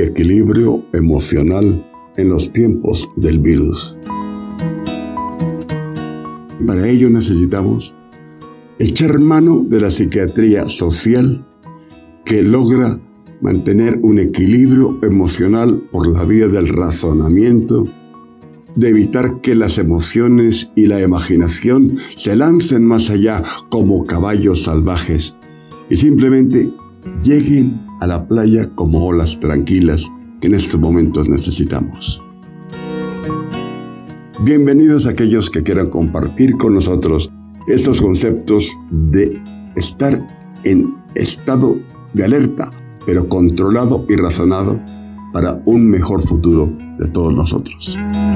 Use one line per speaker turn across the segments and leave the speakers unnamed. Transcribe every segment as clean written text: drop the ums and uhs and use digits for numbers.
y equilibrio emocional en los tiempos del virus. Para ello necesitamos echar mano de la psiquiatría social que logra mantener un equilibrio emocional por la vía del razonamiento, de evitar que las emociones y la imaginación se lancen más allá como caballos salvajes y simplemente lleguen a la playa como olas tranquilas que en estos momentos necesitamos. Bienvenidos a aquellos que quieran compartir con nosotros estos conceptos de estar en estado de alerta, pero controlado y razonado para un mejor futuro de todos nosotros.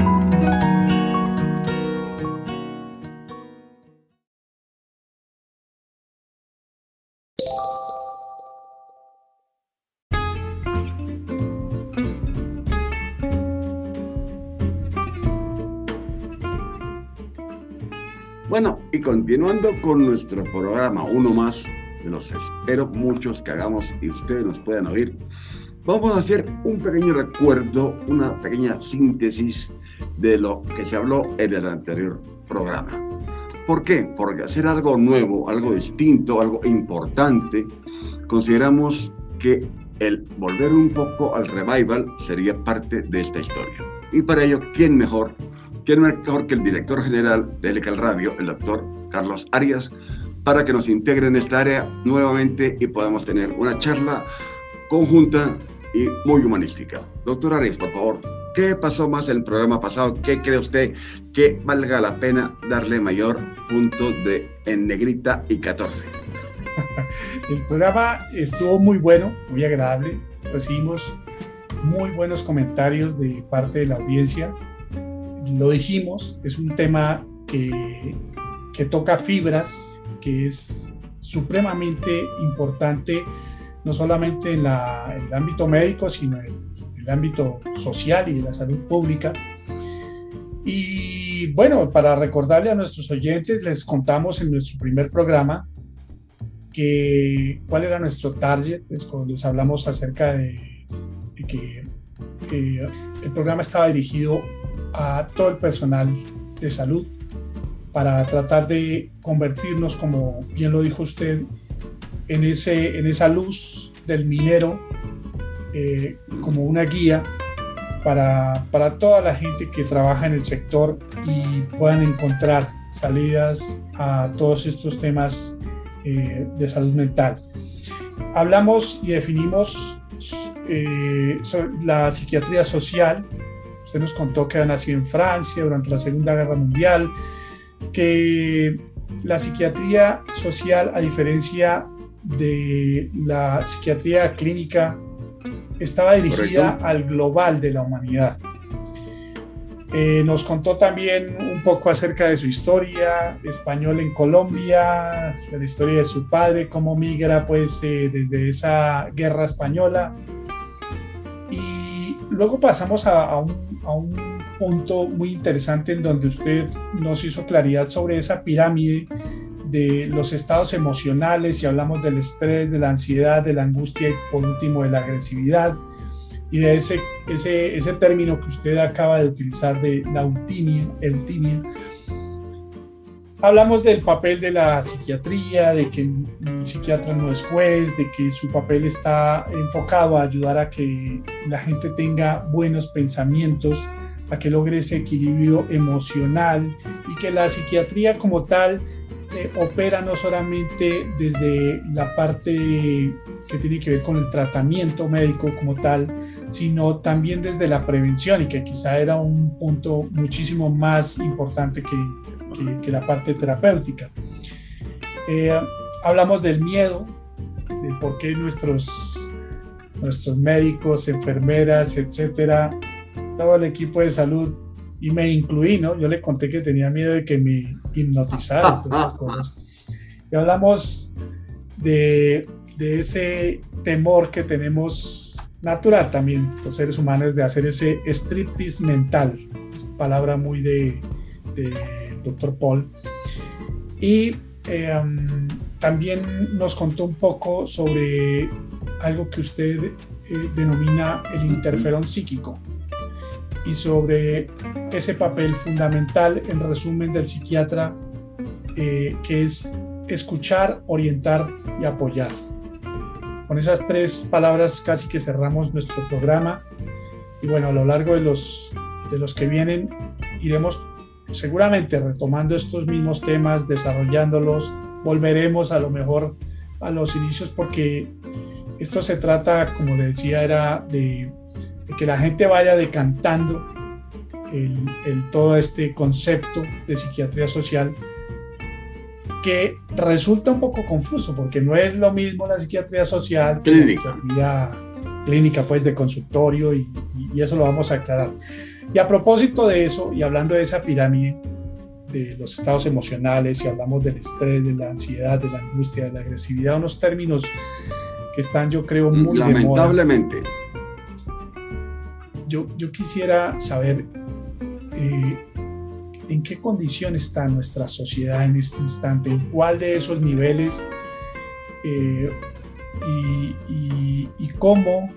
Bueno, y continuando con nuestro programa, uno más, de los espero muchos que hagamos y ustedes nos puedan oír, vamos a hacer un pequeño recuerdo, una pequeña síntesis de lo que se habló en el anterior programa. ¿Por qué? Porque hacer algo nuevo, algo distinto, algo importante, consideramos que el volver un poco al revival sería parte de esta historia. Y para ello, ¿quién mejor que el director general de LCAL Radio, el doctor Carlos Arias, para que nos integre en esta área nuevamente y podamos tener una charla conjunta y muy humanística? Doctor Arias, por favor, ¿qué pasó más en el programa pasado? ¿Qué cree usted que valga la pena darle mayor punto en negrita y 14?
El programa estuvo muy bueno, muy agradable. Recibimos muy buenos comentarios de parte de la audiencia. Lo dijimos, es un tema que toca fibras, que es supremamente importante, no solamente en el ámbito médico, sino en el ámbito social y de la salud pública. Y bueno, para recordarle a nuestros oyentes, les contamos en nuestro primer programa cuál era nuestro target. Les hablamos acerca de que el programa estaba dirigido a todo el personal de salud para tratar de convertirnos, como bien lo dijo usted, en esa luz del minero, como una guía para toda la gente que trabaja en el sector y puedan encontrar salidas a todos estos temas de salud mental. Hablamos y definimos sobre la psiquiatría social. Usted nos contó que había nacido en Francia durante la Segunda Guerra Mundial, que la psiquiatría social, a diferencia de la psiquiatría clínica, estaba dirigida
Correcto.
al global de la humanidad. Nos contó también un poco acerca de su historia, español en Colombia, la historia de su padre, cómo migra pues desde esa guerra española. Y luego pasamos a un punto muy interesante en donde usted nos hizo claridad sobre esa pirámide de los estados emocionales, y hablamos del estrés, de la ansiedad, de la angustia y por último de la agresividad, y de ese término que usted acaba de utilizar de la eutimia. Hablamos del papel de la psiquiatría, de que el psiquiatra no es juez, de que su papel está enfocado a ayudar a que la gente tenga buenos pensamientos, a que logre ese equilibrio emocional, y que la psiquiatría como tal opera no solamente desde la parte que tiene que ver con el tratamiento médico como tal, sino también desde la prevención, y que quizá era un punto muchísimo más importante que la parte terapéutica. Hablamos del miedo, del por qué nuestros médicos, enfermeras, etcétera, todo el equipo de salud, y me incluí, ¿no? Yo le conté que tenía miedo de que me hipnotizaran, todas estas cosas. Y hablamos de ese temor que tenemos natural también los seres humanos de hacer ese striptease mental, es palabra muy de Dr. Paul. Y también nos contó un poco sobre algo que usted denomina el interferón psíquico, y sobre ese papel fundamental, en resumen, del psiquiatra, que es escuchar, orientar y apoyar. Con esas tres palabras casi que cerramos nuestro programa, y bueno, a lo largo de los que vienen iremos seguramente retomando estos mismos temas, desarrollándolos, volveremos a lo mejor a los inicios, porque esto se trata, como le decía, era de que la gente vaya decantando todo este concepto de psiquiatría social, que resulta un poco confuso, porque no es lo mismo la psiquiatría social que la psiquiatría clínica, pues, de consultorio, y eso lo vamos a aclarar. Y a propósito de eso, y hablando de esa pirámide de los estados emocionales, y hablamos del estrés, de la ansiedad, de la angustia, de la agresividad, unos términos que están, yo creo, muy
lamentablemente
de moda. Yo quisiera saber en qué condición está nuestra sociedad en este instante, en cuál de esos niveles, y cómo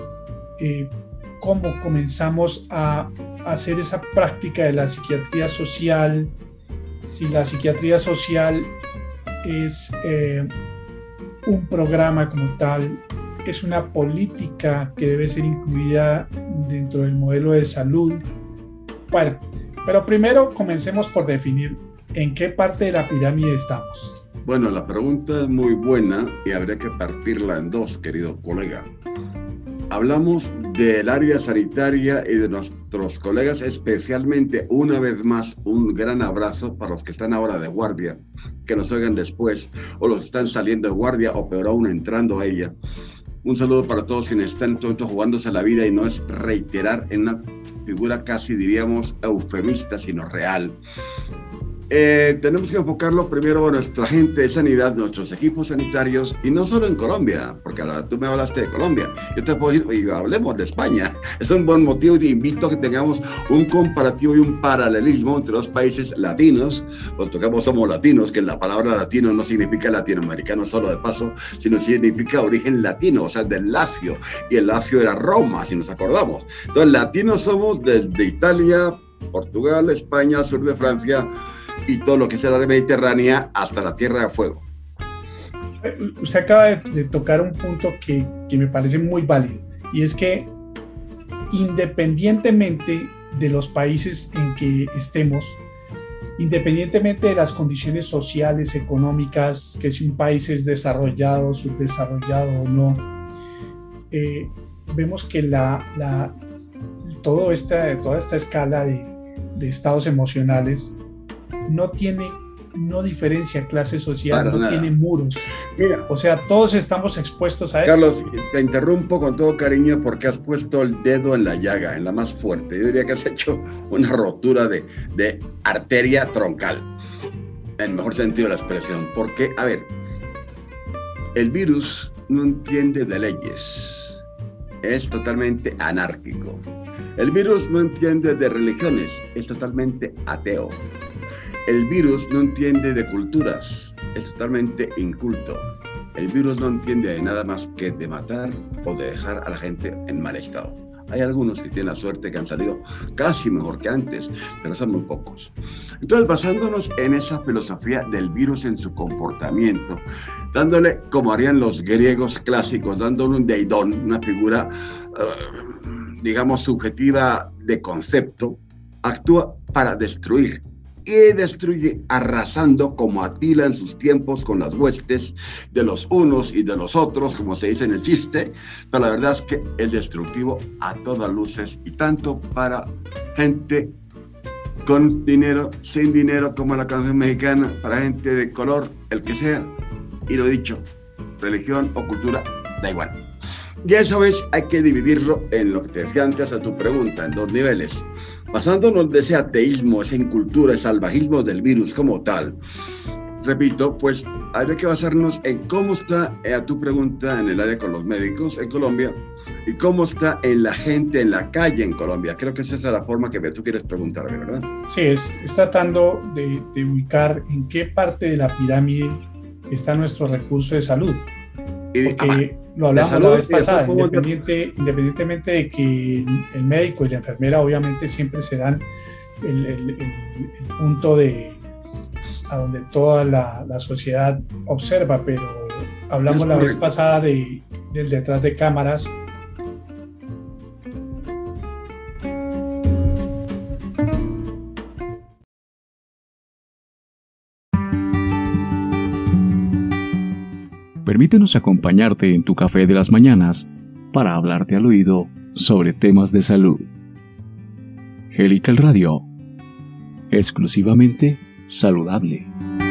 comenzamos a hacer esa práctica de la psiquiatría social, si la psiquiatría social es un programa como tal, es una política que debe ser incluida dentro del modelo de salud. Bueno, pero primero comencemos por definir en qué parte de la pirámide estamos.
Bueno, la pregunta es muy buena y habría que partirla en dos, querido colega. Hablamos del área sanitaria y de nuestros colegas, especialmente, una vez más, un gran abrazo para los que están ahora de guardia, que nos oigan después, o los que están saliendo de guardia, o peor aún, entrando a ella. Un saludo para todos quienes están en este momento jugándose la vida, y no es reiterar en una figura casi, diríamos, eufemista, sino real. Tenemos que enfocarlo primero a nuestra gente de sanidad, nuestros equipos sanitarios, y no solo en Colombia, porque ahora tú me hablaste de Colombia, yo te puedo decir, oye, hablemos de España. Es un buen motivo, y te invito a que tengamos un comparativo y un paralelismo entre los países latinos. Cuando tocamos somos latinos, que la palabra latino no significa latinoamericano solo de paso, sino significa origen latino, o sea, del Lacio, y el Lacio era Roma, si nos acordamos. Entonces, latinos somos desde Italia, Portugal, España, sur de Francia, y todo lo que es el área mediterránea hasta la Tierra de Fuego.
Usted acaba de tocar un punto que me parece muy válido, y es que independientemente de los países en que estemos, independientemente de las condiciones sociales, económicas, que si un país es desarrollado, subdesarrollado o no, vemos que toda esta escala de estados emocionales no diferencia clase social, no tiene muros.
Mira,
o sea, todos estamos expuestos a esto.
Carlos, te interrumpo con todo cariño porque has puesto el dedo en la llaga, en la más fuerte. Yo diría que has hecho una rotura de arteria troncal, en el mejor sentido de la expresión. Porque, a ver, el virus no entiende de leyes, es totalmente anárquico. El virus no entiende de religiones, es totalmente ateo. El virus no entiende de culturas, es totalmente inculto. El virus no entiende de nada más que de matar o de dejar a la gente en mal estado. Hay algunos que tienen la suerte que han salido casi mejor que antes, pero son muy pocos. Entonces, basándonos en esa filosofía del virus en su comportamiento, dándole, como harían los griegos clásicos, dándole un deidón, una figura, digamos, subjetiva de concepto, actúa para destruir. Y destruye arrasando como Atila en sus tiempos con las huestes de los unos y de los otros, como se dice en el chiste, pero la verdad es que es destructivo a todas luces, y tanto para gente con dinero, sin dinero, como la canción mexicana, para gente de color, el que sea, y lo he dicho, religión o cultura, da igual. Y a esa vez hay que dividirlo en lo que te decía antes a tu pregunta, en dos niveles. Basándonos de ese ateísmo, esa incultura, ese salvajismo del virus como tal, repito, pues habría que basarnos en cómo está, a tu pregunta, en el área con los médicos en Colombia, y cómo está en la gente en la calle en Colombia. Creo que esa es la forma que tú quieres preguntarme, ¿verdad?
Sí, es tratando de ubicar en qué parte de la pirámide está nuestro recurso de salud. Porque lo hablamos la vez pasada, independientemente de que el médico y la enfermera obviamente siempre serán el punto a donde toda la sociedad observa, pero hablamos la vez pasada del detrás de cámaras.
Permítenos acompañarte en tu café de las mañanas para hablarte al oído sobre temas de salud. Helical Radio, exclusivamente saludable.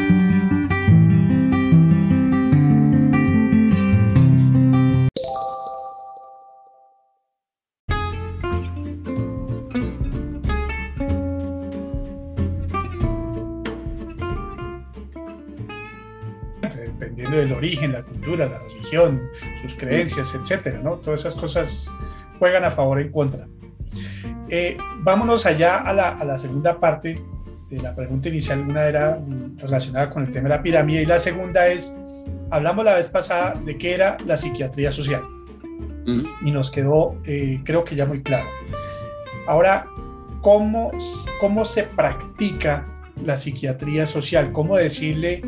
Dependiendo del origen, la cultura, la religión, sus creencias, etcétera, ¿no? Todas esas cosas juegan a favor o en contra. Vámonos allá a la segunda parte de la pregunta inicial. Una era relacionada con el tema de la pirámide y la segunda es, hablamos la vez pasada de qué era la psiquiatría social y nos quedó, creo que ya muy claro. Ahora, ¿cómo se practica la psiquiatría social? ¿Cómo decirle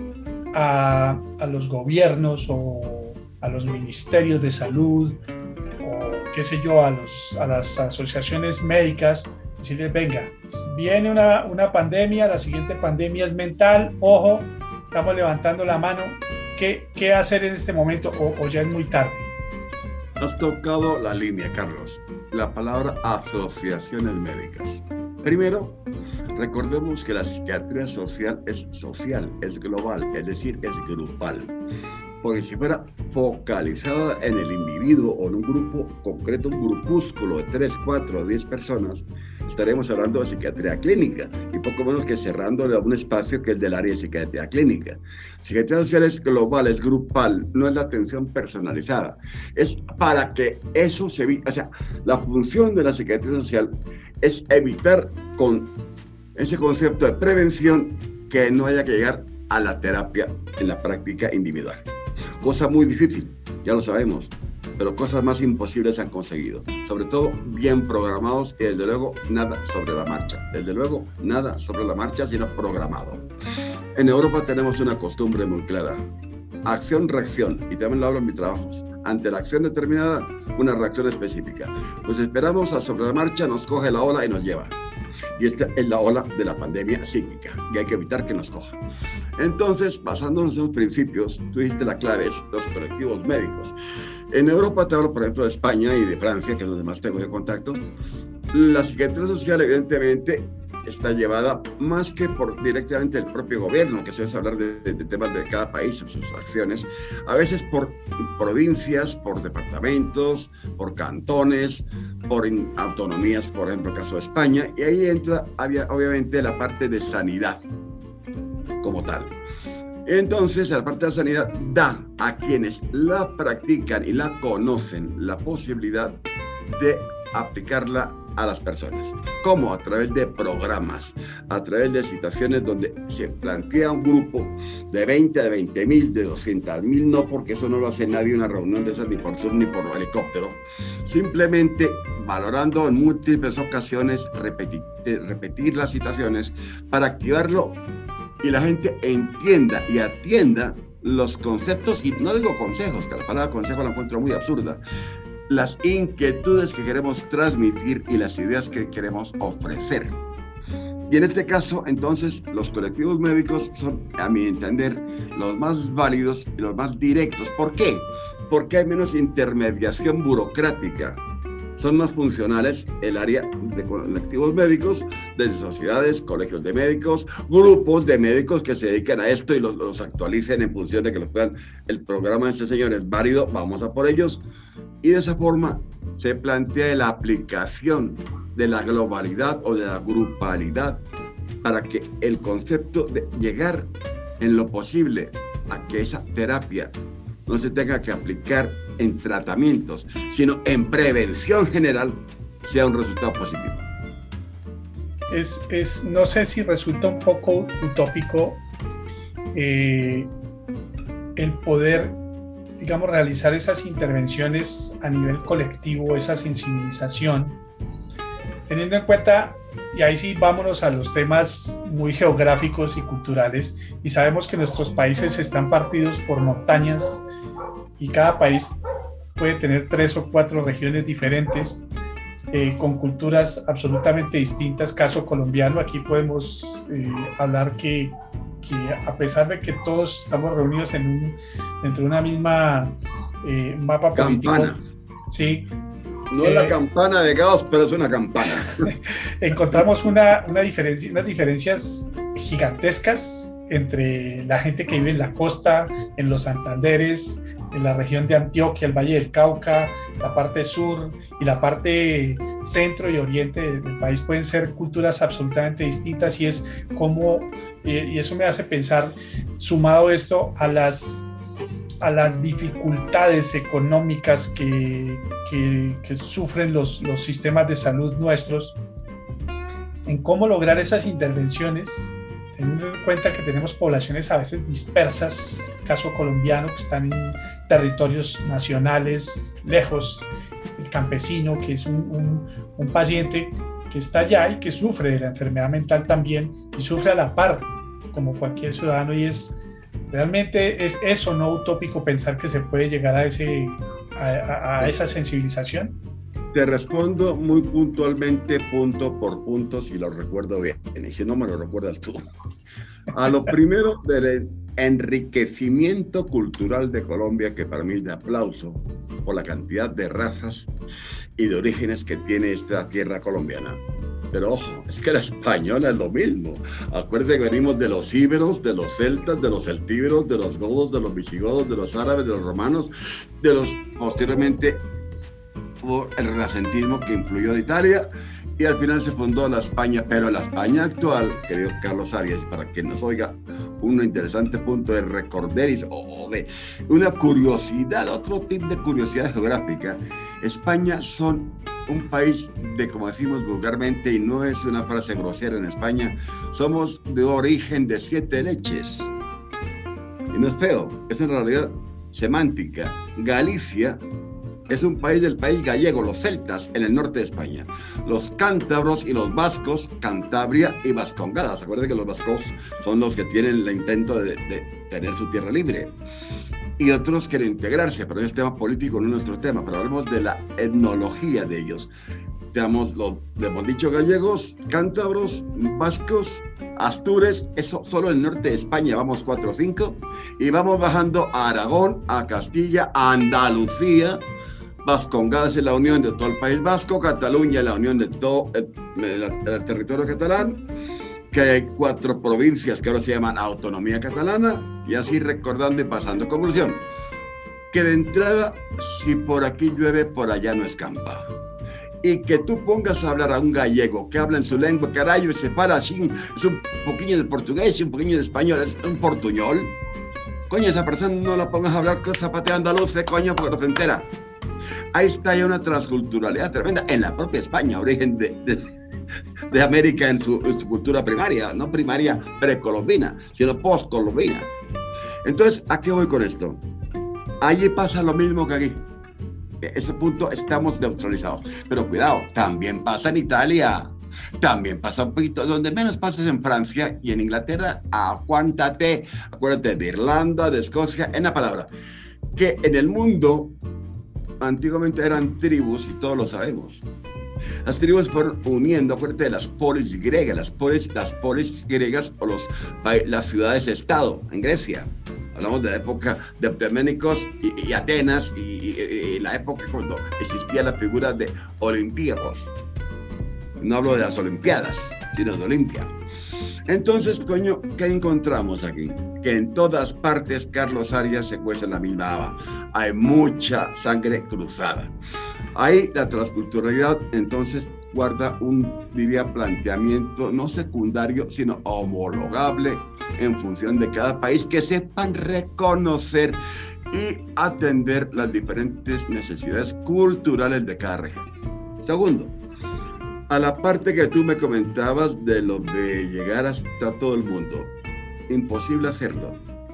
a los gobiernos o a los ministerios de salud o qué sé yo, a las asociaciones médicas, decirles, venga, viene una pandemia, la siguiente pandemia es mental, ojo, estamos levantando la mano, ¿qué hacer en este momento o ya es muy tarde?
Has tocado la línea, Carlos, la palabra asociaciones médicas. Primero, recordemos que la psiquiatría social, es global, es decir, es grupal. Porque si fuera focalizada en el individuo o en un grupo concreto, un grupúsculo de 3, 4 o 10 personas, estaremos hablando de psiquiatría clínica y poco menos que cerrándole a un espacio que es del área de psiquiatría clínica. Psiquiatría social es global, es grupal, no es la atención personalizada. Es para que eso se evite. O sea, la función de la psiquiatría social es evitar con ese concepto de prevención que no haya que llegar a la terapia en la práctica individual. Cosa muy difícil, ya lo sabemos, pero cosas más imposibles se han conseguido. Sobre todo bien programados y desde luego nada sobre la marcha. Desde luego nada sobre la marcha, sino programado. En Europa tenemos una costumbre muy clara. Acción-reacción, y también lo hablo en mis trabajos. Ante la acción determinada, una reacción específica. Pues esperamos a sobre la marcha, nos coge la ola y nos lleva. Y esta es la ola de la pandemia psíquica, y hay que evitar que nos coja. Entonces, basándonos en los principios, tú dijiste la clave, es los colectivos médicos. En Europa, te hablo por ejemplo de España y de Francia, que es donde más tengo yo contacto. La psiquiatría social, evidentemente, está llevada más que por directamente el propio gobierno, que suele hablar de temas de cada país, sus acciones, a veces por provincias, por departamentos, por cantones, por autonomías, por ejemplo, el caso de España, y ahí entra obviamente la parte de sanidad como tal. Entonces, la parte de sanidad da a quienes la practican y la conocen la posibilidad de aplicarla a las personas. ¿Cómo? A través de programas, a través de situaciones donde se plantea un grupo de 20, de 20,000, de 200,000, no porque eso no lo hace nadie una reunión de esas ni por Zoom ni por helicóptero, simplemente valorando en múltiples ocasiones, repetir las situaciones para activarlo y la gente entienda y atienda los conceptos, y no digo consejos, que la palabra consejo la encuentro muy absurda, las inquietudes que queremos transmitir y las ideas que queremos ofrecer. Y en este caso, entonces, los colectivos médicos son, a mi entender, los más válidos y los más directos. ¿Por qué? Porque hay menos intermediación burocrática. Son más funcionales el área de colectivos médicos, desde sociedades, colegios de médicos, grupos de médicos que se dedican a esto y los actualicen en función de que los puedan. El programa de este señor es válido, vamos a por ellos. Y de esa forma se plantea la aplicación de la globalidad o de la grupalidad para que el concepto de llegar en lo posible a que esa terapia no se tenga que aplicar en tratamientos, sino en prevención general, sea un resultado positivo.
No sé si resulta un poco utópico el poder digamos, realizar esas intervenciones a nivel colectivo, esa sensibilización, teniendo en cuenta, y ahí sí vámonos a los temas muy geográficos y culturales, y sabemos que nuestros países están partidos por montañas y cada país puede tener 3 o 4 regiones diferentes, con culturas absolutamente distintas. Caso colombiano, aquí podemos hablar que a pesar de que todos estamos reunidos dentro de una misma mapa político,
campana.
Sí,
no es la campana de Gauss, pero es una campana.
Encontramos unas diferencias gigantescas entre la gente que vive en la costa, en los Santanderes, en la región de Antioquia, el Valle del Cauca, la parte sur y la parte centro y oriente del país. Pueden ser culturas absolutamente distintas, y es como, y eso me hace pensar, sumado esto a las dificultades económicas que sufren los sistemas de salud nuestros, en cómo lograr esas intervenciones, teniendo en cuenta que tenemos poblaciones a veces dispersas, caso colombiano, que están en territorios nacionales lejos, el campesino, que es un paciente que está allá y que sufre de la enfermedad mental también, y sufre a la par como cualquier ciudadano, y realmente es eso, no utópico pensar que se puede llegar a esa sensibilización.
Te respondo muy puntualmente, punto por punto, si lo recuerdo bien, y si no me lo recuerdas tú. A lo primero, del enriquecimiento cultural de Colombia, que para mí es de aplauso por la cantidad de razas y de orígenes que tiene esta tierra colombiana. Pero ojo, es que la española es lo mismo. Acuérdense que venimos de los íberos, de los celtas, de los celtíberos, de los godos, de los visigodos, de los árabes, de los romanos, de los posteriormente por el renacentismo que influyó de Italia, y al final se fundó la España. Pero la España actual, querido Carlos Arias, para que nos oiga, un interesante punto de recorderis o de una curiosidad, otro tipo de curiosidad geográfica. España son un país de, como decimos vulgarmente, y no es una frase grosera en España, somos de origen de 7 leches. Y no es feo, es en realidad semántica. Galicia es un país del país gallego, los celtas en el norte de España. Los cántabros y los vascos, Cantabria y Vascongadas. Acuérdense que los vascos son los que tienen el intento de tener su tierra libre. Y otros quieren integrarse, pero es tema político, no es nuestro tema. Pero hablamos de la etnología de ellos. Tenemos los, hemos dicho, gallegos, cántabros, vascos, astures, eso solo en el norte de España, vamos 4 o 5, y vamos bajando a Aragón, a Castilla, a Andalucía. Vascongadas es la unión de todo el País Vasco, Cataluña es la unión de todo el territorio catalán, que hay 4 provincias que ahora se llaman Autonomía Catalana, y así recordando y pasando. Conclusión, que de entrada, si por aquí llueve, por allá no escampa. Y que tú pongas a hablar a un gallego que habla en su lengua, carajo, y se para así, es un poquillo de portugués y un poquillo de español, es un portuñol. Coño, esa persona no la pongas a hablar con zapatea andaluz, coño, porque no se entera. Ahí está ya una transculturalidad tremenda en la propia España, origen de América en su cultura primaria, no primaria precolombina, sino postcolombina. Entonces, ¿a qué voy con esto? Allí pasa lo mismo que aquí. Ese punto estamos neutralizados. Pero cuidado, también pasa en Italia, también pasa un poquito, donde menos pasa es en Francia y en Inglaterra. Aguántate, acuérdate de Irlanda, de Escocia, en la palabra, que en el mundo antiguamente eran tribus, y todos lo sabemos. Las tribus fueron uniendo, acuérdate de las polis griegas, las polis griegas o las ciudades-estado en Grecia. Hablamos de la época de Ptoleméricos y Atenas y la época cuando existía la figura de Olímpicos. No hablo de las Olimpiadas, sino de Olimpia. Entonces, coño, ¿qué encontramos aquí? Que en todas partes, Carlos Arias, se cuece la misma haba. Hay mucha sangre cruzada. Ahí la transculturalidad, entonces, guarda un, diría, planteamiento no secundario, sino homologable en función de cada país, que sepan reconocer y atender las diferentes necesidades culturales de cada región. Segundo, a la parte que tú me comentabas de lo de llegar hasta todo el mundo, imposible hacerlo,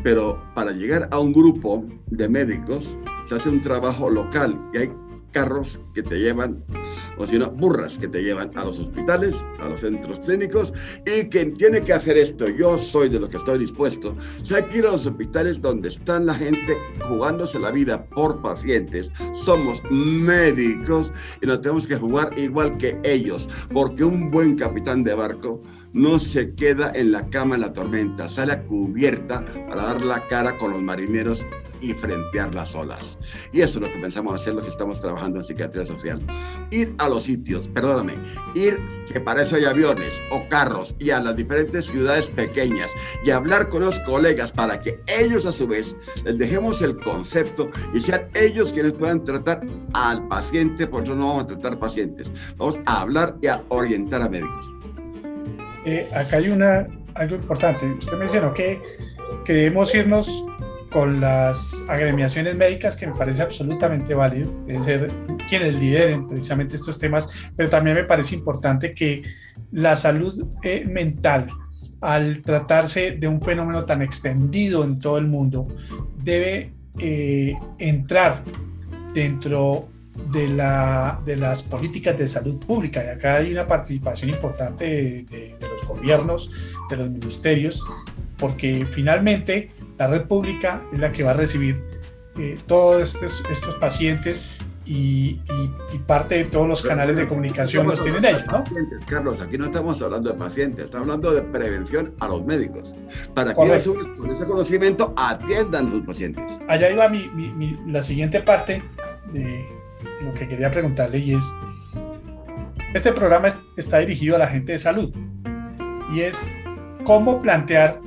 pero para llegar a un grupo de médicos se hace un trabajo local y hay carros que te llevan, o si no, burras que te llevan a los hospitales, a los centros clínicos, y quien tiene que hacer esto, yo soy de los que estoy dispuesto, o sea, hay que ir a los hospitales donde están la gente jugándose la vida por pacientes, somos médicos y nos tenemos que jugar igual que ellos, porque un buen capitán de barco no se queda en la cama en la tormenta, sale a cubierta para dar la cara con los marineros y frentear las olas. Y eso es lo que pensamos hacer, los que estamos trabajando en psiquiatría social. Ir a los sitios, perdóname, ir, que para eso hay aviones o carros, y a las diferentes ciudades pequeñas, y hablar con los colegas para que ellos a su vez les dejemos el concepto y sean ellos quienes puedan tratar al paciente, porque no vamos a tratar pacientes, vamos a hablar y a orientar a médicos.
Acá hay algo importante. Usted mencionó que debemos irnos con las agremiaciones médicas, que me parece absolutamente válido, deben ser quienes lideren precisamente estos temas, pero también me parece importante que la salud mental, al tratarse de un fenómeno tan extendido en todo el mundo, debe entrar dentro de las políticas de salud pública, y acá hay una participación importante de los gobiernos, de los ministerios, porque finalmente la red pública es la que va a recibir todos estos pacientes y parte de todos los canales de comunicación los tienen ellos, ¿no?
Carlos, aquí no estamos hablando de pacientes, estamos hablando de prevención a los médicos, para que ellos con ese conocimiento atiendan a sus pacientes.
Allá iba la siguiente parte de lo que quería preguntarle, y es, este programa está dirigido a la gente de salud, y es cómo plantear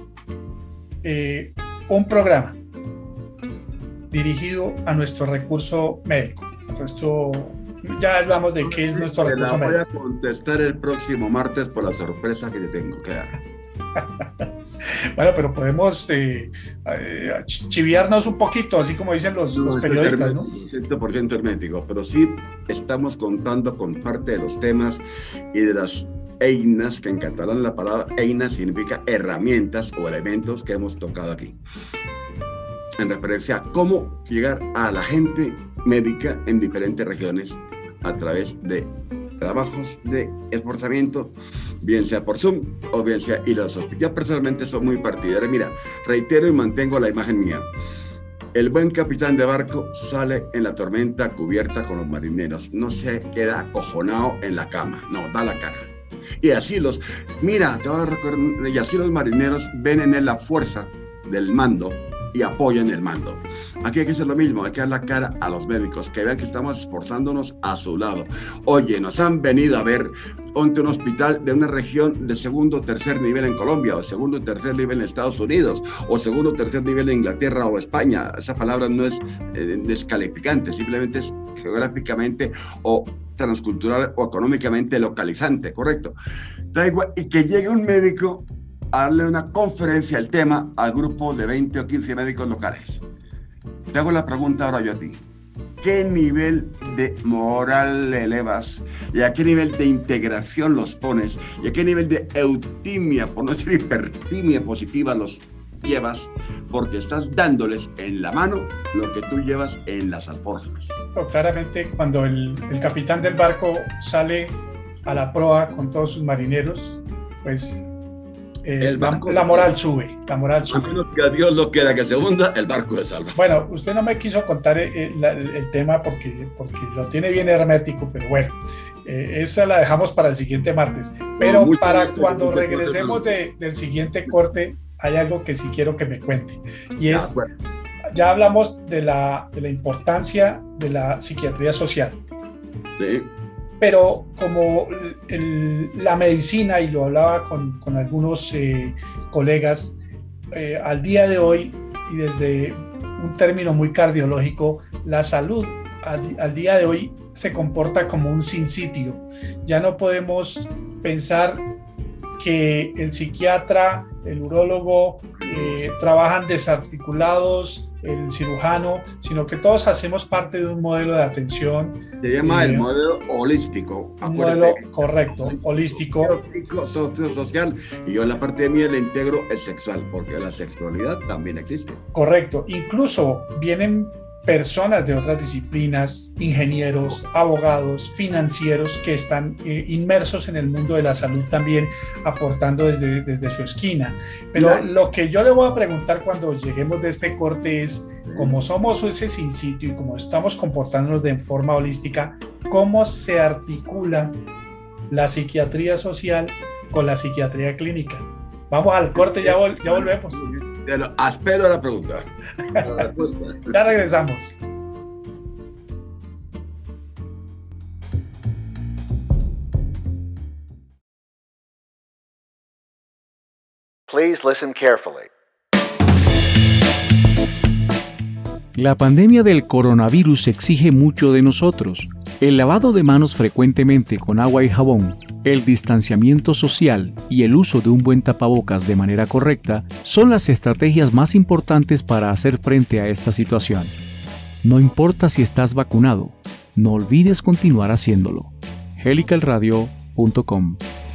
un programa dirigido a nuestro recurso médico. Esto, ya hablamos de qué es nuestro recurso médico.
Voy a contestar el próximo martes por la sorpresa que te tengo que dar.
Bueno, pero podemos chiviarnos un poquito, así como dicen los periodistas, ¿no?
100% hermético, pero sí estamos contando con parte de los temas y de las einas, que en catalán la palabra eina significa herramientas o elementos que hemos tocado aquí, en referencia a cómo llegar a la gente médica en diferentes regiones a través de trabajos de esforzamiento, bien sea por Zoom o bien sea ir a los hospitales. Yo personalmente soy muy partidario. Mira, reitero y mantengo la imagen mía. El buen capitán de barco sale en la tormenta cubierta con los marineros, no se queda acojonado en la cama, no, da la cara. Y así y así los marineros ven en él la fuerza del mando y apoyan el mando. Aquí hay que hacer lo mismo, hay que dar la cara a los médicos, que vean que estamos esforzándonos a su lado. Oye, nos han venido a ver, ponte un hospital de una región de segundo o tercer nivel en Colombia, o segundo o tercer nivel en Estados Unidos, o segundo o tercer nivel en Inglaterra o España. Esa palabra no es descalificante, simplemente es geográficamente o transcultural o económicamente localizante, ¿correcto? Da igual, y que llegue un médico a darle una conferencia al tema al grupo de 20 o 15 médicos locales. Te hago la pregunta ahora yo a ti. ¿Qué nivel de moral le elevas? ¿Y a qué nivel de integración los pones? ¿Y a qué nivel de eutimia, por no decir hipertimia positiva, los llevas? Porque estás dándoles en la mano lo que tú llevas en las alforjas.
Claramente, cuando el capitán del barco sale a la proa con todos sus marineros, pues la moral sube. A menos
que a Dios lo quiera que se hunda, el barco se salva.
Bueno, usted no me quiso contar el tema porque lo tiene bien hermético, pero bueno, esa la dejamos para el siguiente martes. Pero para cuando regresemos del siguiente corte, hay algo que sí quiero que me cuente. Y es, ya hablamos de la importancia de la psiquiatría social.
Sí.
Pero como la medicina, y lo hablaba con algunos colegas, al día de hoy, y desde un término muy cardiológico, la salud al día de hoy se comporta como un sinsitio. Ya no podemos pensar que el psiquiatra, el urólogo trabajan desarticulados el cirujano, sino que todos hacemos parte de un modelo de atención.
Se llama el modelo holístico.
Un modelo correcto, holístico.
Social, y yo en la parte de mí le integro el sexual, porque la sexualidad también existe.
Correcto, incluso vienen personas de otras disciplinas, ingenieros, abogados, financieros que están inmersos en el mundo de la salud también, aportando desde su esquina. Pero lo que yo le voy a preguntar cuando lleguemos de este corte es, como somos ese sin sitio y como estamos comportándonos de forma holística, ¿cómo se articula la psiquiatría social con la psiquiatría clínica? Vamos al corte, ya volvemos.
Espero la pregunta.
Ya regresamos.
Please listen carefully. La pandemia del coronavirus exige mucho de nosotros. El lavado de manos frecuentemente con agua y jabón, el distanciamiento social y el uso de un buen tapabocas de manera correcta son las estrategias más importantes para hacer frente a esta situación. No importa si estás vacunado, no olvides continuar haciéndolo. helicalradio.com.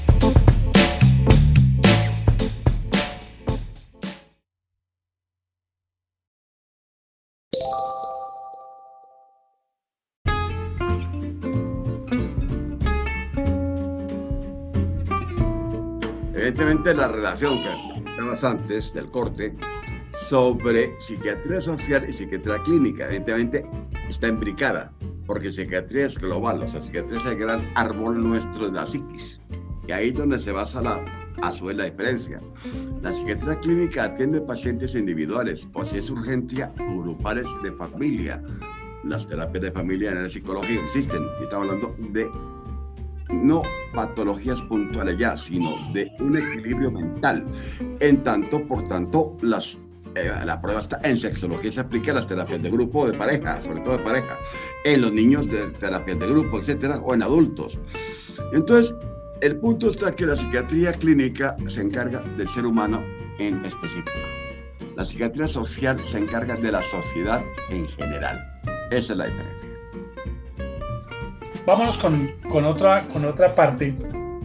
Evidentemente la relación que estabas antes del corte sobre psiquiatría social y psiquiatría clínica, evidentemente está imbricada, porque psiquiatría es global, o sea, psiquiatría es el gran árbol nuestro de la psiquis, y ahí es donde se basa a su vez la diferencia. La psiquiatría clínica atiende pacientes individuales, o si es urgencia, grupales de familia. Las terapias de familia en la psicología existen, y estamos hablando de no patologías puntuales ya, sino de un equilibrio mental. Por tanto, la prueba está en sexología, se aplica a las terapias de grupo o de pareja, sobre todo de pareja, en los niños de terapias de grupo, etcétera, o en adultos. Entonces, el punto está que la psiquiatría clínica se encarga del ser humano en específico. La psiquiatría social se encarga de la sociedad en general. Esa es la diferencia.
Vámonos con otra parte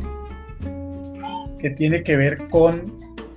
que tiene que ver con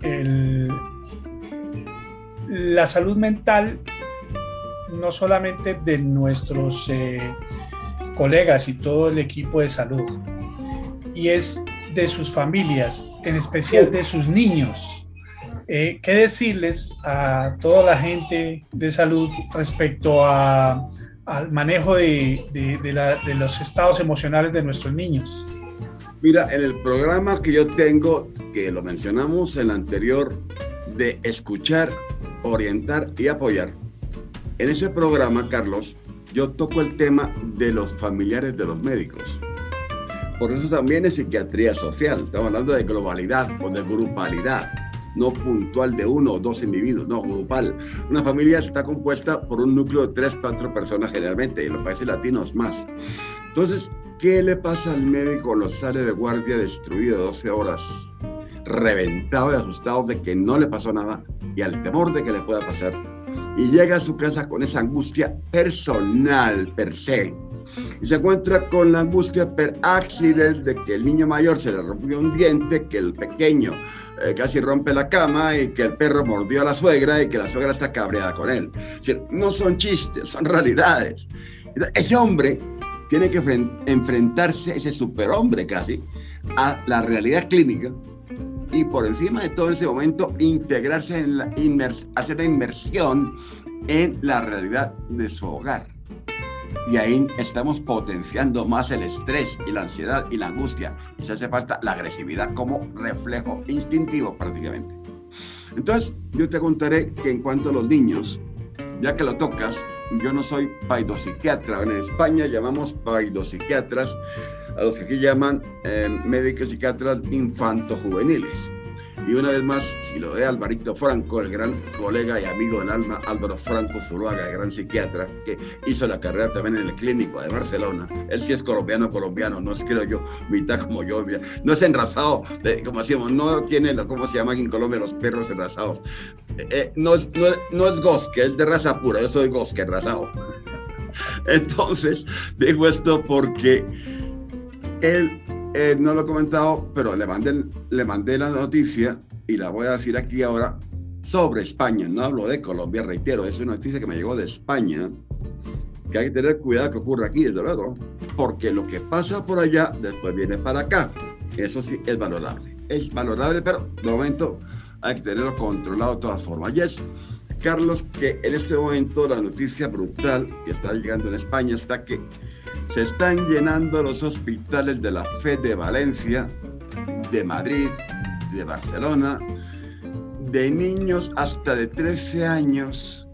la salud mental, no solamente de nuestros colegas y todo el equipo de salud, y es de sus familias, en especial de sus niños. ¿Qué decirles a toda la gente de salud respecto al manejo de los estados emocionales de nuestros niños?
Mira, en el programa que yo tengo, que lo mencionamos en el anterior, de escuchar, orientar y apoyar, en ese programa, Carlos, yo toco el tema de los familiares de los médicos. Por eso también es psiquiatría social. Estamos hablando de globalidad o de grupalidad, no puntual de uno o dos individuos, no, grupal. Una familia está compuesta por un núcleo de 3, 4 personas generalmente, y en los países latinos más. Entonces, ¿qué le pasa al médico cuando sale de guardia destruido de 12 horas, reventado y asustado de que no le pasó nada y al temor de que le pueda pasar? Y llega a su casa con esa angustia personal per se. Y se encuentra con la angustia per accidens de que el niño mayor se le rompió un diente, que el pequeño casi rompe la cama y que el perro mordió a la suegra y que la suegra está cabreada con él. Es decir, no son chistes, son realidades. Ese hombre tiene que enfrentarse, ese superhombre casi, a la realidad clínica y por encima de todo ese momento integrarse hacer la inmersión en la realidad de su hogar. Y ahí estamos potenciando más el estrés y la ansiedad y la angustia. Y se hace falta la agresividad como reflejo instintivo prácticamente. Entonces, yo te contaré que en cuanto a los niños, ya que lo tocas, yo no soy paidopsiquiatra. En España llamamos paidopsiquiatras a los que aquí llaman médicos psiquiatras infantojuveniles. Y una vez más, si lo ve Alvarito Franco, el gran colega y amigo del alma, Álvaro Franco Zuluaga, el gran psiquiatra, que hizo la carrera también en el Clínico de Barcelona. Él sí es colombiano, no es, creo yo, mitad como yo. No es enrasado, como decíamos, no tiene, ¿cómo se llama aquí en Colombia? Los perros enrasados. No es Gosque, es de raza pura, yo soy Gosque enrasado. Entonces, digo esto porque él, no lo he comentado, pero le mandé la noticia y la voy a decir aquí ahora sobre España. No hablo de Colombia, reitero, es una noticia que me llegó de España, que hay que tener cuidado que ocurra aquí, desde luego, porque lo que pasa por allá después viene para acá. Eso sí es valorable. Es valorable, pero de momento hay que tenerlo controlado de todas formas. Y es, Carlos, que en este momento la noticia brutal que está llegando en España está que se están llenando los hospitales de la Fe de Valencia, de Madrid, de Barcelona, de niños hasta de 13 años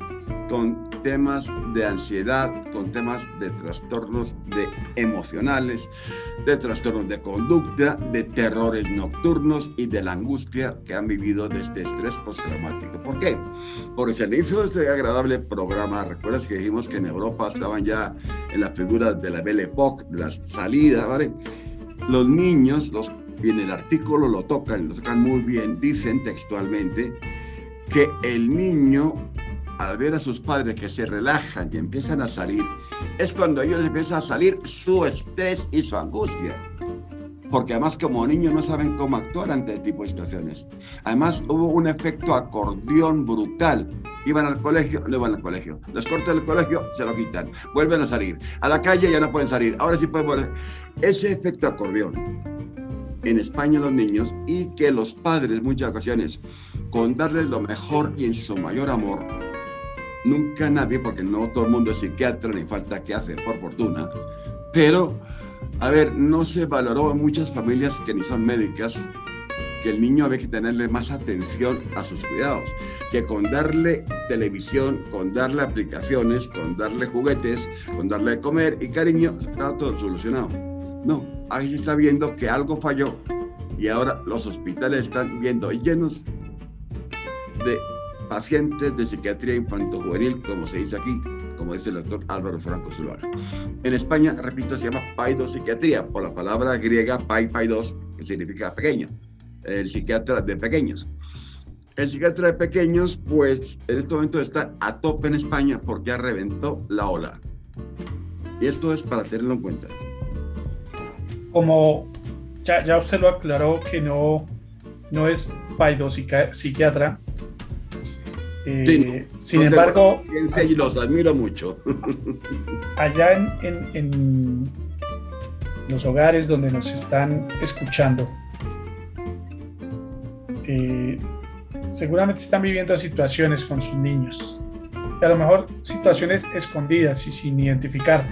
con temas de ansiedad, con temas de trastornos emocionales, de trastornos de conducta, de terrores nocturnos y de la angustia que han vivido de este estrés postraumático. ¿Por qué? Porque se le hizo este agradable programa. ¿Recuerdas que dijimos que en Europa estaban ya en la figura de la Belle Époque, de la salida, ¿vale? Los niños, y en el artículo lo tocan muy bien, dicen textualmente que el niño, al ver a sus padres que se relajan y empiezan a salir, es cuando a ellos les empieza a salir su estrés y su angustia. Porque además como niños no saben cómo actuar ante este tipo de situaciones. Además hubo un efecto acordeón brutal. Iban al colegio, no iban al colegio. Les cortan el colegio, se lo quitan. Vuelven a salir. A la calle ya no pueden salir. Ahora sí pueden volver. Ese efecto acordeón en España los niños, y que los padres muchas ocasiones, con darles lo mejor y en su mayor amor, nunca nadie, porque no todo el mundo es psiquiatra, ni falta que hace, por fortuna, pero, a ver, no se valoró en muchas familias que ni son médicas, que el niño había que tenerle más atención a sus cuidados, que con darle televisión, con darle aplicaciones, con darle juguetes, con darle de comer y cariño, estaba todo solucionado. No, ahí se está viendo que algo falló y ahora los hospitales están viendo llenos de pacientes de psiquiatría infanto-juvenil, como se dice aquí, como dice el doctor Álvaro Franco Zuluaga. En España, repito, se llama paidopsiquiatría, por la palabra griega paidos, que significa pequeño, el psiquiatra de pequeños. El psiquiatra de pequeños, pues, en este momento está a tope en España porque ya reventó la ola. Y esto es para tenerlo en cuenta.
Como ya usted lo aclaró, que no es paidopsiquiatra.
Sí,
sin embargo,
y los admiro mucho.
Allá en los hogares donde nos están escuchando, seguramente están viviendo situaciones con sus niños, y a lo mejor situaciones escondidas y sin identificar.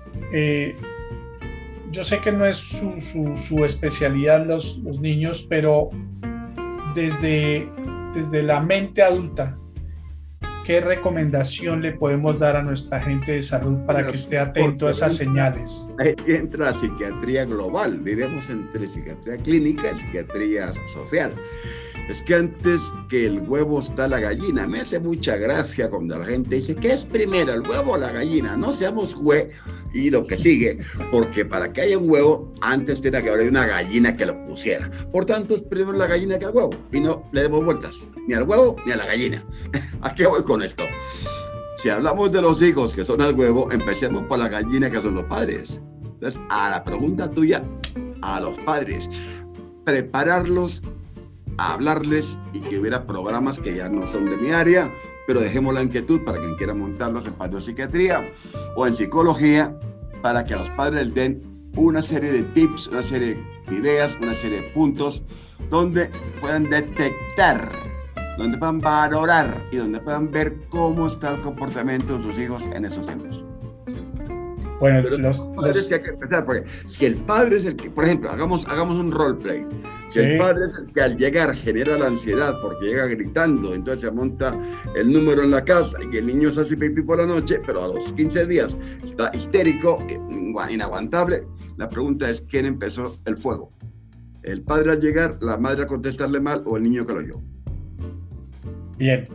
Yo sé que no es su especialidad los niños, pero desde la mente adulta, ¿qué recomendación le podemos dar a nuestra gente de salud para que esté atento a esas señales?
Ahí entra la psiquiatría global, diremos entre psiquiatría clínica y psiquiatría social. Es que antes que el huevo está la gallina. Me hace mucha gracia cuando la gente dice, ¿qué es primero, el huevo o la gallina? No seamos y lo que sigue, porque para que haya un huevo, antes tenía que haber una gallina que lo pusiera. Por tanto, es primero la gallina que el huevo, y no le demos vueltas, ni al huevo ni a la gallina. ¿A qué voy con esto? Si hablamos de los hijos que son al huevo, empecemos por la gallina que son los padres. Entonces, a la pregunta tuya, a los padres, prepararlos, a hablarles, y que hubiera programas que ya no son de mi área, pero dejemos la inquietud para quien quiera montarlos en psiquiatría o en psicología, para que a los padres les den una serie de tips, una serie de ideas, una serie de puntos donde puedan detectar, donde puedan valorar y donde puedan ver cómo está el comportamiento de sus hijos en esos tiempos.
Bueno,
pero los padres que hay que empezar, porque si el padre es el que, por ejemplo, hagamos un roleplay. Si el padre es el que al llegar genera la ansiedad porque llega gritando, entonces se monta el número en la casa y el niño se hace pipí por la noche, pero a los 15 días está histérico, inaguantable, la pregunta es: ¿quién empezó el fuego? el padre al llegar, la madre a contestarle mal o el niño que lo oyó.
Bien.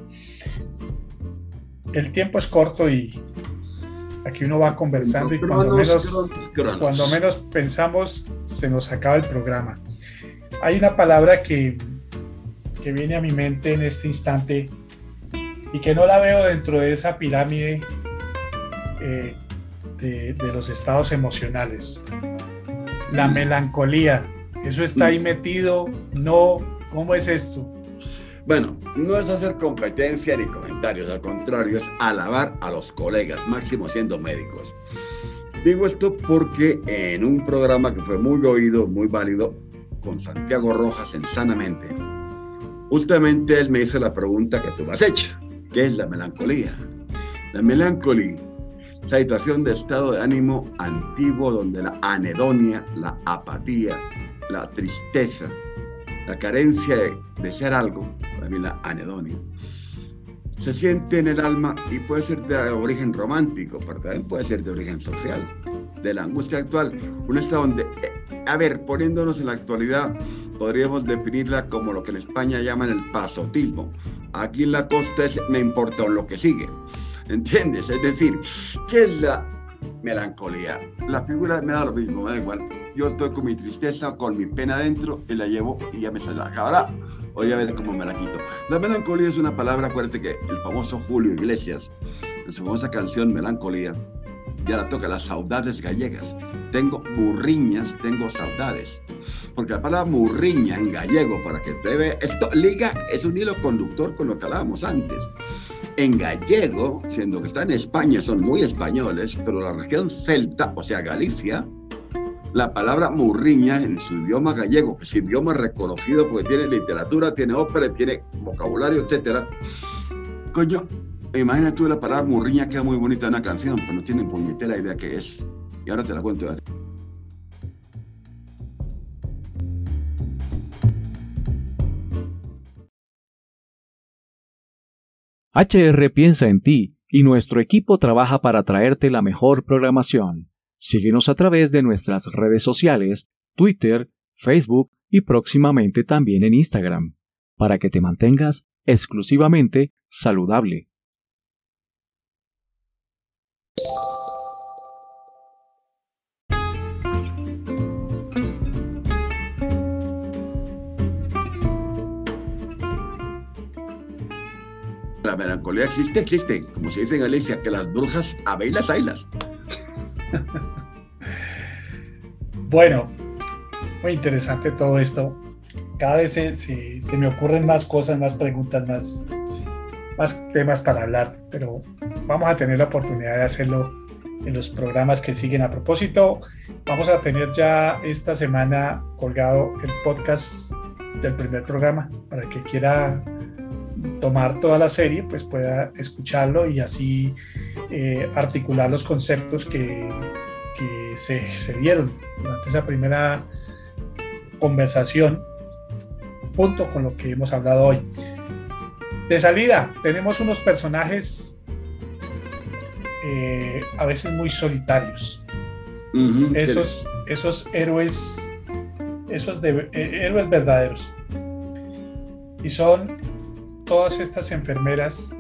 El tiempo es corto y aquí uno va conversando y cuando menos pensamos se nos acaba el programa. Hay una palabra que viene a mi mente en este instante y que no la veo dentro de esa pirámide de los estados emocionales. La melancolía. ¿Eso está ahí metido? No. ¿Cómo es esto?
Bueno, no es hacer competencia ni comentarios, al contrario, es alabar a los colegas, máximo siendo médicos. Digo esto porque en un programa que fue muy oído, muy válido, con Santiago Rojas en Sanamente, justamente él me hizo la pregunta que tú me has hecho, ¿qué es la melancolía? La melancolía, esa situación de estado de ánimo antiguo donde la anedonia, la apatía, la tristeza, la carencia de ser algo, para mí la anedonia, se siente en el alma y puede ser de origen romántico, pero también puede ser de origen social, de la angustia actual, un estado donde, poniéndonos en la actualidad, podríamos definirla como lo que en España llaman el pasotismo. Aquí en la costa es me importa lo que sigue, ¿entiendes? Es decir, ¿qué es la melancolía? La figura me da lo mismo, me da igual. Yo estoy con mi tristeza, con mi pena dentro, y la llevo y ya me se la acabará. O ya veré cómo me la quito. La melancolía es una palabra, acuérdate que el famoso Julio Iglesias, en su famosa canción Melancolía, ya la toca, las saudades gallegas. Tengo murriñas, tengo saudades. Porque la palabra murriña en gallego, para que te vea, esto liga, es un hilo conductor con lo que hablábamos antes. En gallego, siendo que está en España, son muy españoles, pero la región celta, o sea Galicia, la palabra murriña en su idioma gallego, que es idioma reconocido porque tiene literatura, tiene ópera, tiene vocabulario, etc. Coño, imagínate tú, la palabra murriña queda muy bonita en una canción, pero no tiene puñetera idea qué es. Y ahora te la cuento.
HR piensa en ti y nuestro equipo trabaja para traerte la mejor programación. Síguenos a través de nuestras redes sociales, Twitter, Facebook y próximamente también en Instagram, para que te mantengas exclusivamente saludable.
La melancolía existe, como se dice en Galicia, que las brujas habeilas haylas.
Bueno, muy interesante todo esto. Cada vez se me ocurren más cosas, más preguntas, más temas para hablar, pero vamos a tener la oportunidad de hacerlo en los programas que siguen. A propósito, vamos a tener ya esta semana colgado el podcast del primer programa para que quiera tomar toda la serie, pues pueda escucharlo y así articular los conceptos que se dieron durante esa primera conversación junto con lo que hemos hablado hoy. De salida, tenemos unos personajes a veces muy solitarios. Esos héroes, héroes verdaderos. Y son todas estas enfermeras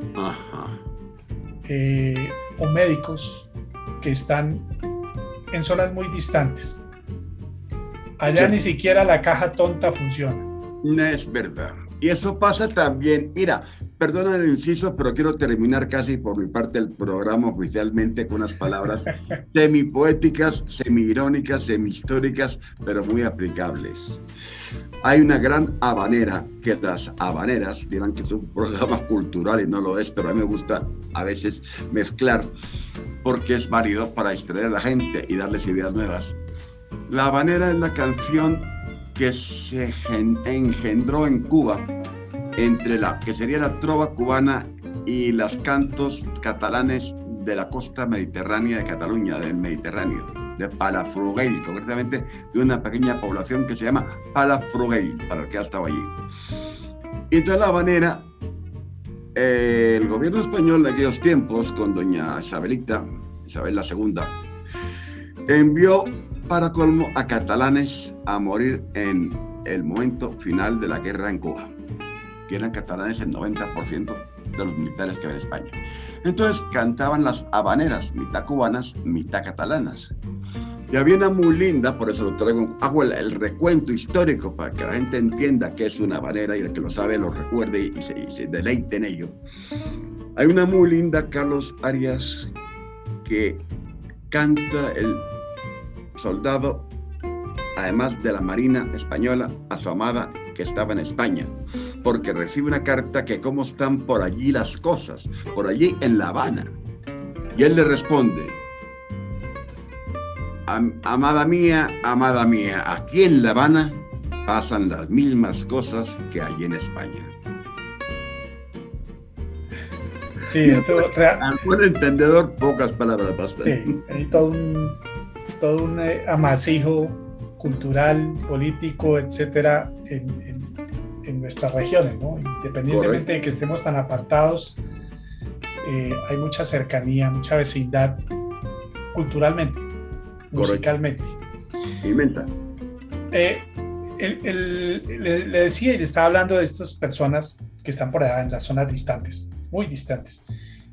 o médicos que están en zonas muy distantes. Allá ni siquiera la caja tonta funciona.
No es verdad. Y eso pasa también. Mira, perdona el inciso, pero quiero terminar casi por mi parte el programa oficialmente con unas palabras semipoéticas, semi-irónicas, semi-históricas, pero muy aplicables. Hay una gran habanera, que las habaneras dirán que es un programa cultural y no lo es, pero a mí me gusta a veces mezclar porque es válido para distraer a la gente y darles ideas nuevas. La habanera es la canción que se engendró en Cuba entre la que sería la trova cubana y los cantos catalanes de la costa mediterránea de Cataluña, del Mediterráneo, de Palafrugell, concretamente de una pequeña población que se llama Palafrugell, para el que ha estado allí. Y entonces la habanera, el gobierno español en aquellos tiempos, con doña Isabelita, Isabel II, envió para colmo, a catalanes a morir en el momento final de la guerra en Cuba, que eran catalanes el 90% de los militares que había en España. Entonces cantaban las habaneras, mitad cubanas, mitad catalanas. Y había una muy linda, por eso lo traigo, hago el recuento histórico para que la gente entienda qué es una habanera y el que lo sabe lo recuerde y se deleite en ello. Hay una muy linda, Carlos Arias, que canta el soldado, además de la Marina Española, a su amada que estaba en España, porque recibe una carta que cómo están por allí las cosas, por allí en La Habana. Y él le responde: amada mía, aquí en La Habana pasan las mismas cosas que allí en España.
Sí, esto
al buen entendedor, pocas palabras bastan.
Sí, hay todo un amasijo cultural, político, etcétera, en nuestras regiones, ¿no? Independientemente Correcto. De que estemos tan apartados, hay mucha cercanía, mucha vecindad, culturalmente, musicalmente.
Y mental.
Le decía y le estaba hablando de estas personas que están por allá en las zonas distantes, muy distantes,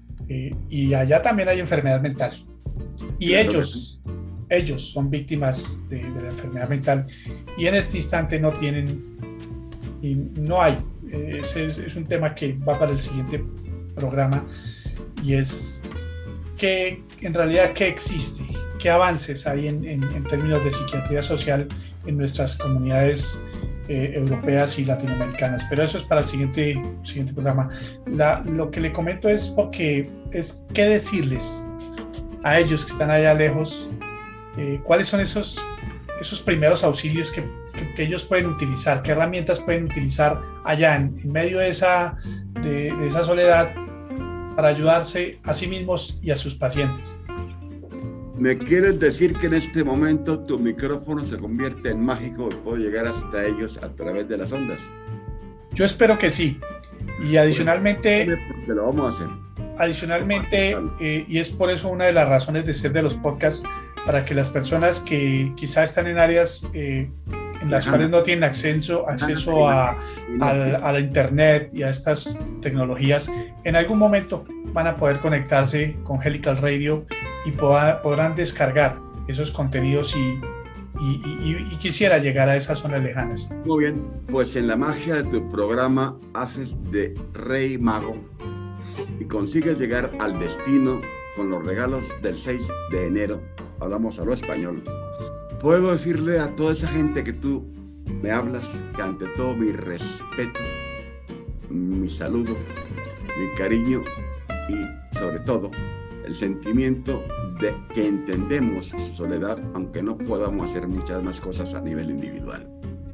y allá también hay enfermedad mental, y claro, ellos son víctimas de la enfermedad mental, y en este instante no tienen, y no hay, es un tema que va para el siguiente programa, y es que en realidad qué existe, qué avances hay en términos de psiquiatría social en nuestras comunidades europeas y latinoamericanas, pero eso es para el siguiente programa. Lo que le comento es porque es qué decirles a ellos que están allá lejos, cuáles son esos primeros auxilios que ellos pueden utilizar, qué herramientas pueden utilizar allá en medio de esa soledad para ayudarse a sí mismos y a sus pacientes.
¿Me quieres decir que en este momento tu micrófono se convierte en mágico y puedo llegar hasta ellos a través de las ondas?
Yo espero que sí. Y adicionalmente...
Pues, lo vamos a hacer.
Adicionalmente, y es por eso una de las razones de ser de los podcasts, para que las personas que quizá están en áreas en las cuales no tienen acceso a la internet y a estas tecnologías, en algún momento van a poder conectarse con Helical Radio y podrán descargar esos contenidos y quisiera llegar a esas zonas lejanas.
Muy bien, pues en la magia de tu programa haces de rey mago y consigues llegar al destino con los regalos del 6 de enero. Hablamos a lo español. Puedo decirle a toda esa gente que tú me hablas que ante todo mi respeto, mi saludo, mi cariño y sobre todo el sentimiento de que entendemos su soledad, aunque no podamos hacer muchas más cosas a nivel individual.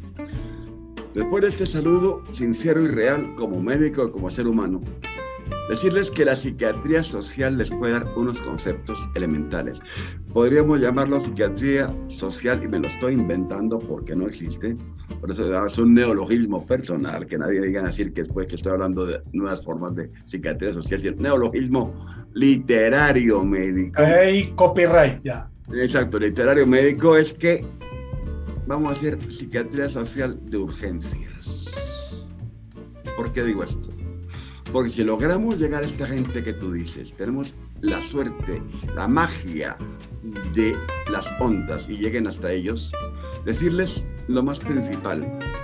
Después de este saludo sincero y real como médico y como ser humano, decirles que la psiquiatría social les puede dar unos conceptos elementales. Podríamos llamarlo psiquiatría social, y me lo estoy inventando porque no existe. Por eso es un neologismo personal, que nadie diga decir que después que estoy hablando de nuevas formas de psiquiatría social, sino neologismo literario médico.
Hay copyright ya.
Exacto, literario médico es que vamos a hacer psiquiatría social de urgencias. ¿Por qué digo esto? Porque si logramos llegar a esta gente que tú dices, tenemos la suerte, la magia de las ondas y lleguen hasta ellos, decirles lo más principal,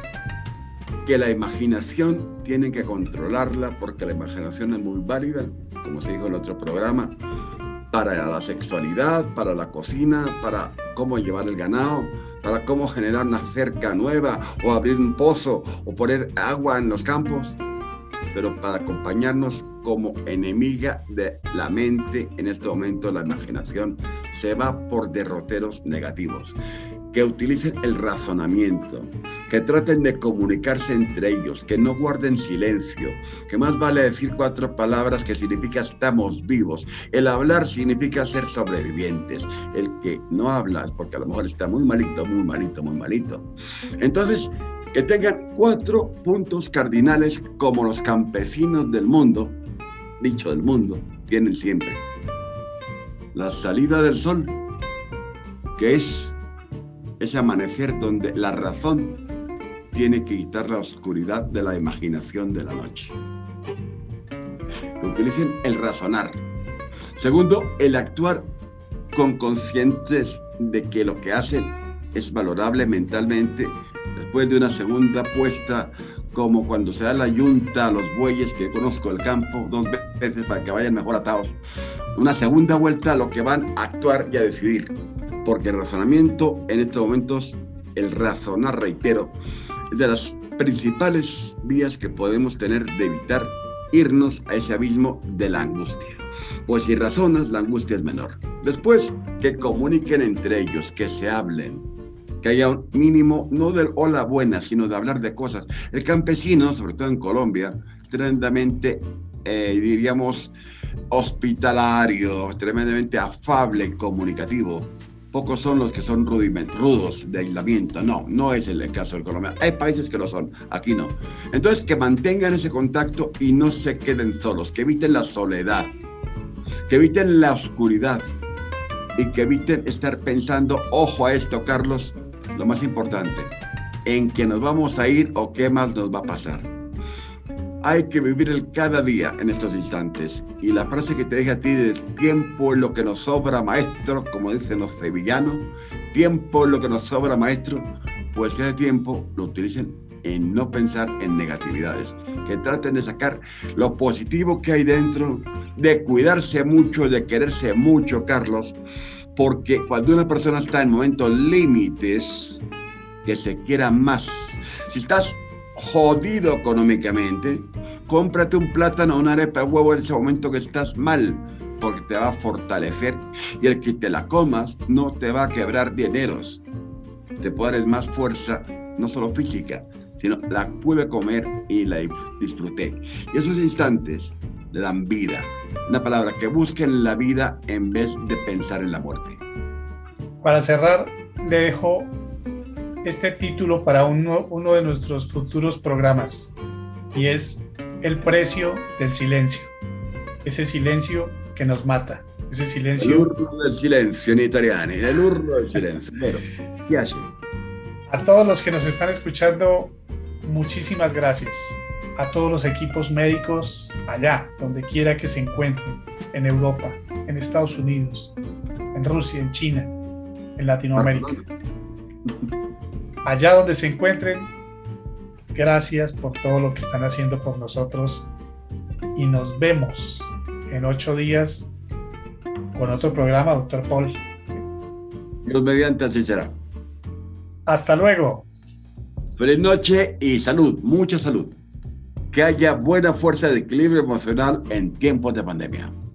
que la imaginación tienen que controlarla, porque la imaginación es muy válida, como se dijo en otro programa, para la sexualidad, para la cocina, para cómo llevar el ganado, para cómo generar una cerca nueva o abrir un pozo o poner agua en los campos, pero para acompañarnos como enemiga de la mente. En este momento la imaginación se va por derroteros negativos, que utilicen el razonamiento, que traten de comunicarse entre ellos, que no guarden silencio, que más vale decir 4 palabras que significa estamos vivos. El hablar significa ser sobrevivientes. El que no habla es porque a lo mejor está muy malito, muy malito, muy malito. Entonces, que tengan 4 puntos cardinales como los campesinos del mundo, dicho del mundo, tienen siempre. La salida del sol, que es ese amanecer donde la razón tiene que quitar la oscuridad de la imaginación de la noche. Utilicen el razonar. Segundo, el actuar con conscientes de que lo que hacen es valorable mentalmente después de una segunda apuesta, como cuando se da la yunta a los bueyes, que conozco el campo 2 veces para que vayan mejor atados. Una segunda vuelta, lo que van a actuar y a decidir, porque el razonamiento en estos momentos, el razonar, reitero, es de las principales vías que podemos tener de evitar irnos a ese abismo de la angustia. Pues si razonas, la angustia es menor. Después, que comuniquen entre ellos, que se hablen, que haya un mínimo, no del hola buena, sino de hablar de cosas. El campesino, sobre todo en Colombia, es tremendamente, diríamos, hospitalario, tremendamente afable y comunicativo. Pocos son los que son rudos de aislamiento. No es el caso del colombiano. Hay países que lo son, aquí no. Entonces, que mantengan ese contacto y no se queden solos, que eviten la soledad, que eviten la oscuridad y que eviten estar pensando, ojo a esto, Carlos, lo más importante, en que nos vamos a ir o qué más nos va a pasar. Hay que vivir el cada día en estos instantes. Y la frase que te dejo a ti es: tiempo es lo que nos sobra, maestro, como dicen los sevillanos. Tiempo es lo que nos sobra, maestro. Pues que ese tiempo lo utilicen en no pensar en negatividades. Que traten de sacar lo positivo que hay dentro, de cuidarse mucho, de quererse mucho, Carlos. Porque cuando una persona está en momentos límites, que se quiera más. Si estás jodido económicamente, cómprate un plátano o una arepa de huevo en ese momento que estás mal, porque te va a fortalecer, y el que te la comas no te va a quebrar dineros, te puede dar más fuerza, no solo física, sino la pude comer y la disfruté. Y esos instantes le dan vida, una palabra, que busquen la vida en vez de pensar en la muerte.
Para cerrar, le dejo este título para uno de nuestros futuros programas, y es El precio del silencio. Ese silencio que nos mata, ese silencio...
El urlo del silencio en italiano, el urlo del silencio. Pero, ¿qué hace?
A todos los que nos están escuchando, muchísimas gracias. A todos los equipos médicos allá, donde quiera que se encuentren, en Europa, en Estados Unidos, en Rusia, en China, en Latinoamérica. Allá donde se encuentren, gracias por todo lo que están haciendo por nosotros, y nos vemos en 8 días con otro programa, doctor Paul.
Dios mediante, así será.
Hasta luego.
Feliz noche y salud, mucha salud. Que haya buena fuerza de equilibrio emocional en tiempos de pandemia.